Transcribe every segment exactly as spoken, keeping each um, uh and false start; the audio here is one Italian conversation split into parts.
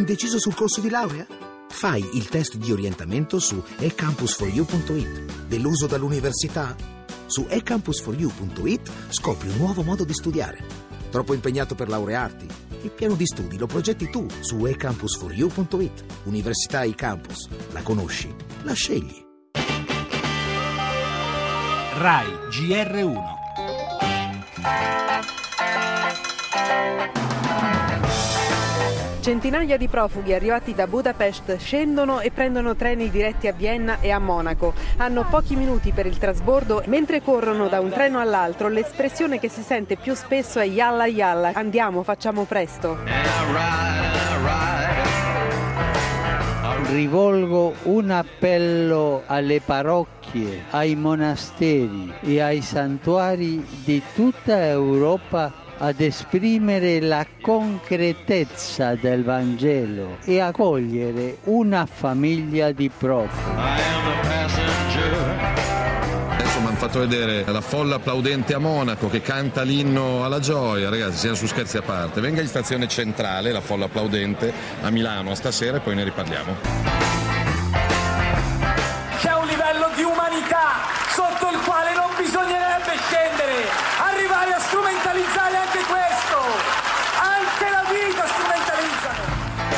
Indeciso sul corso di laurea? Fai il test di orientamento su e campus for you punto it. Deluso dall'università? Su e campus for you punto it scopri un nuovo modo di studiare. Troppo impegnato per laurearti? Il piano di studi lo progetti tu su e campus for you punto it. Università eCampus. La conosci? La scegli. Rai G R uno. Centinaia di profughi arrivati da Budapest scendono e prendono treni diretti a Vienna e a Monaco. Hanno pochi minuti per il trasbordo. Mentre corrono da un treno all'altro, l'espressione che si sente più spesso è yalla yalla. Andiamo, facciamo presto. Rivolgo un appello alle parrocchie, ai monasteri e ai santuari di tutta Europa ad esprimere la concretezza del Vangelo e accogliere una famiglia di profughi. Adesso mi hanno fatto vedere la folla applaudente a Monaco che canta l'inno alla gioia. Ragazzi, siamo su scherzi a parte. Venga in stazione centrale, la folla applaudente a Milano stasera e poi ne riparliamo. C'è un livello di umanità sotto il quale non bisognerebbe scendere, arrivare a strumentalizzare anche questo, anche la vita strumentalizzano.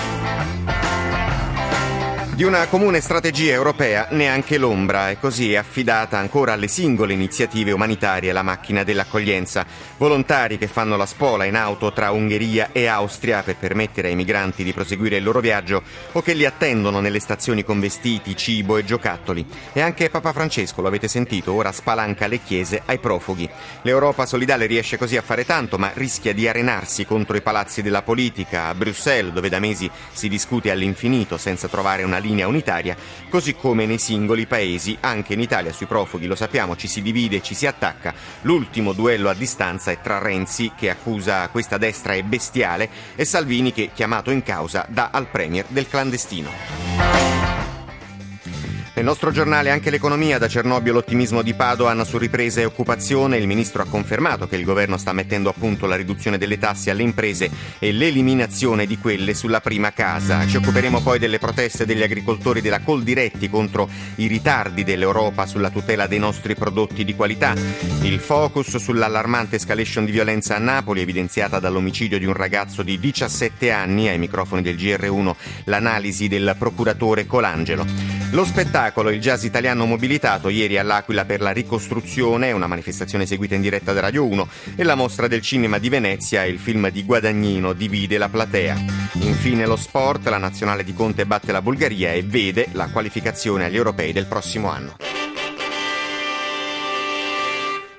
Di una comune strategia europea neanche l'ombra, e così è affidata ancora alle singole iniziative umanitarie la macchina dell'accoglienza. Volontari che fanno la spola in auto tra Ungheria e Austria per permettere ai migranti di proseguire il loro viaggio o che li attendono nelle stazioni con vestiti, cibo e giocattoli. E anche Papa Francesco, lo avete sentito, ora spalanca le chiese ai profughi. L'Europa solidale riesce così a fare tanto, ma rischia di arenarsi contro i palazzi della politica, a Bruxelles, dove da mesi si discute all'infinito senza trovare una linea unitaria, così come nei singoli paesi. Anche in Italia sui profughi, lo sappiamo, ci si divide, ci si attacca. L'ultimo duello a distanza è tra Renzi, che accusa questa destra è bestiale, e Salvini, che, chiamato in causa, dà al premier del clandestino. Nel nostro giornale anche l'economia, da Cernobbio l'ottimismo di Padoan su ripresa e occupazione. Il ministro ha confermato che il governo sta mettendo a punto la riduzione delle tasse alle imprese e l'eliminazione di quelle sulla prima casa. Ci occuperemo poi delle proteste degli agricoltori della Coldiretti contro i ritardi dell'Europa sulla tutela dei nostri prodotti di qualità. Il focus sull'allarmante escalation di violenza a Napoli, evidenziata dall'omicidio di un ragazzo di diciassette anni. Ai microfoni del G R uno l'analisi del procuratore Colangelo. Lo spettacolo, il jazz italiano mobilitato ieri all'Aquila per la ricostruzione, una manifestazione seguita in diretta da Radio uno, e la mostra del cinema di Venezia. Il film di Guadagnino divide la platea. Infine lo sport, la nazionale di Conte batte la Bulgaria e vede la qualificazione agli europei del prossimo anno.